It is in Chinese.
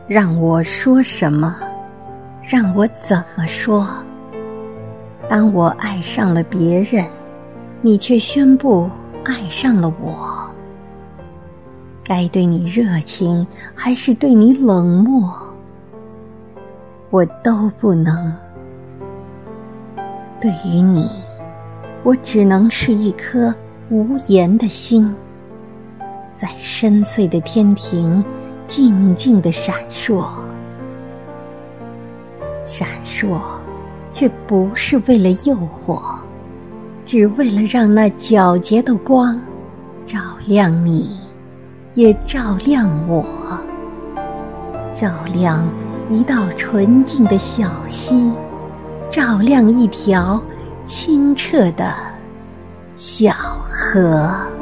让我说什么，让我怎么说？当我爱上了别人，你却宣布爱上了我。该对你热情，还是对你冷漠？我都不能。对于你，我只能是一颗无言的心，在深邃的天庭静静地闪烁。闪烁，却不是为了诱惑，只为了让那皎洁的光照亮你，也照亮我，照亮一道纯净的小溪，照亮一条清澈的小河。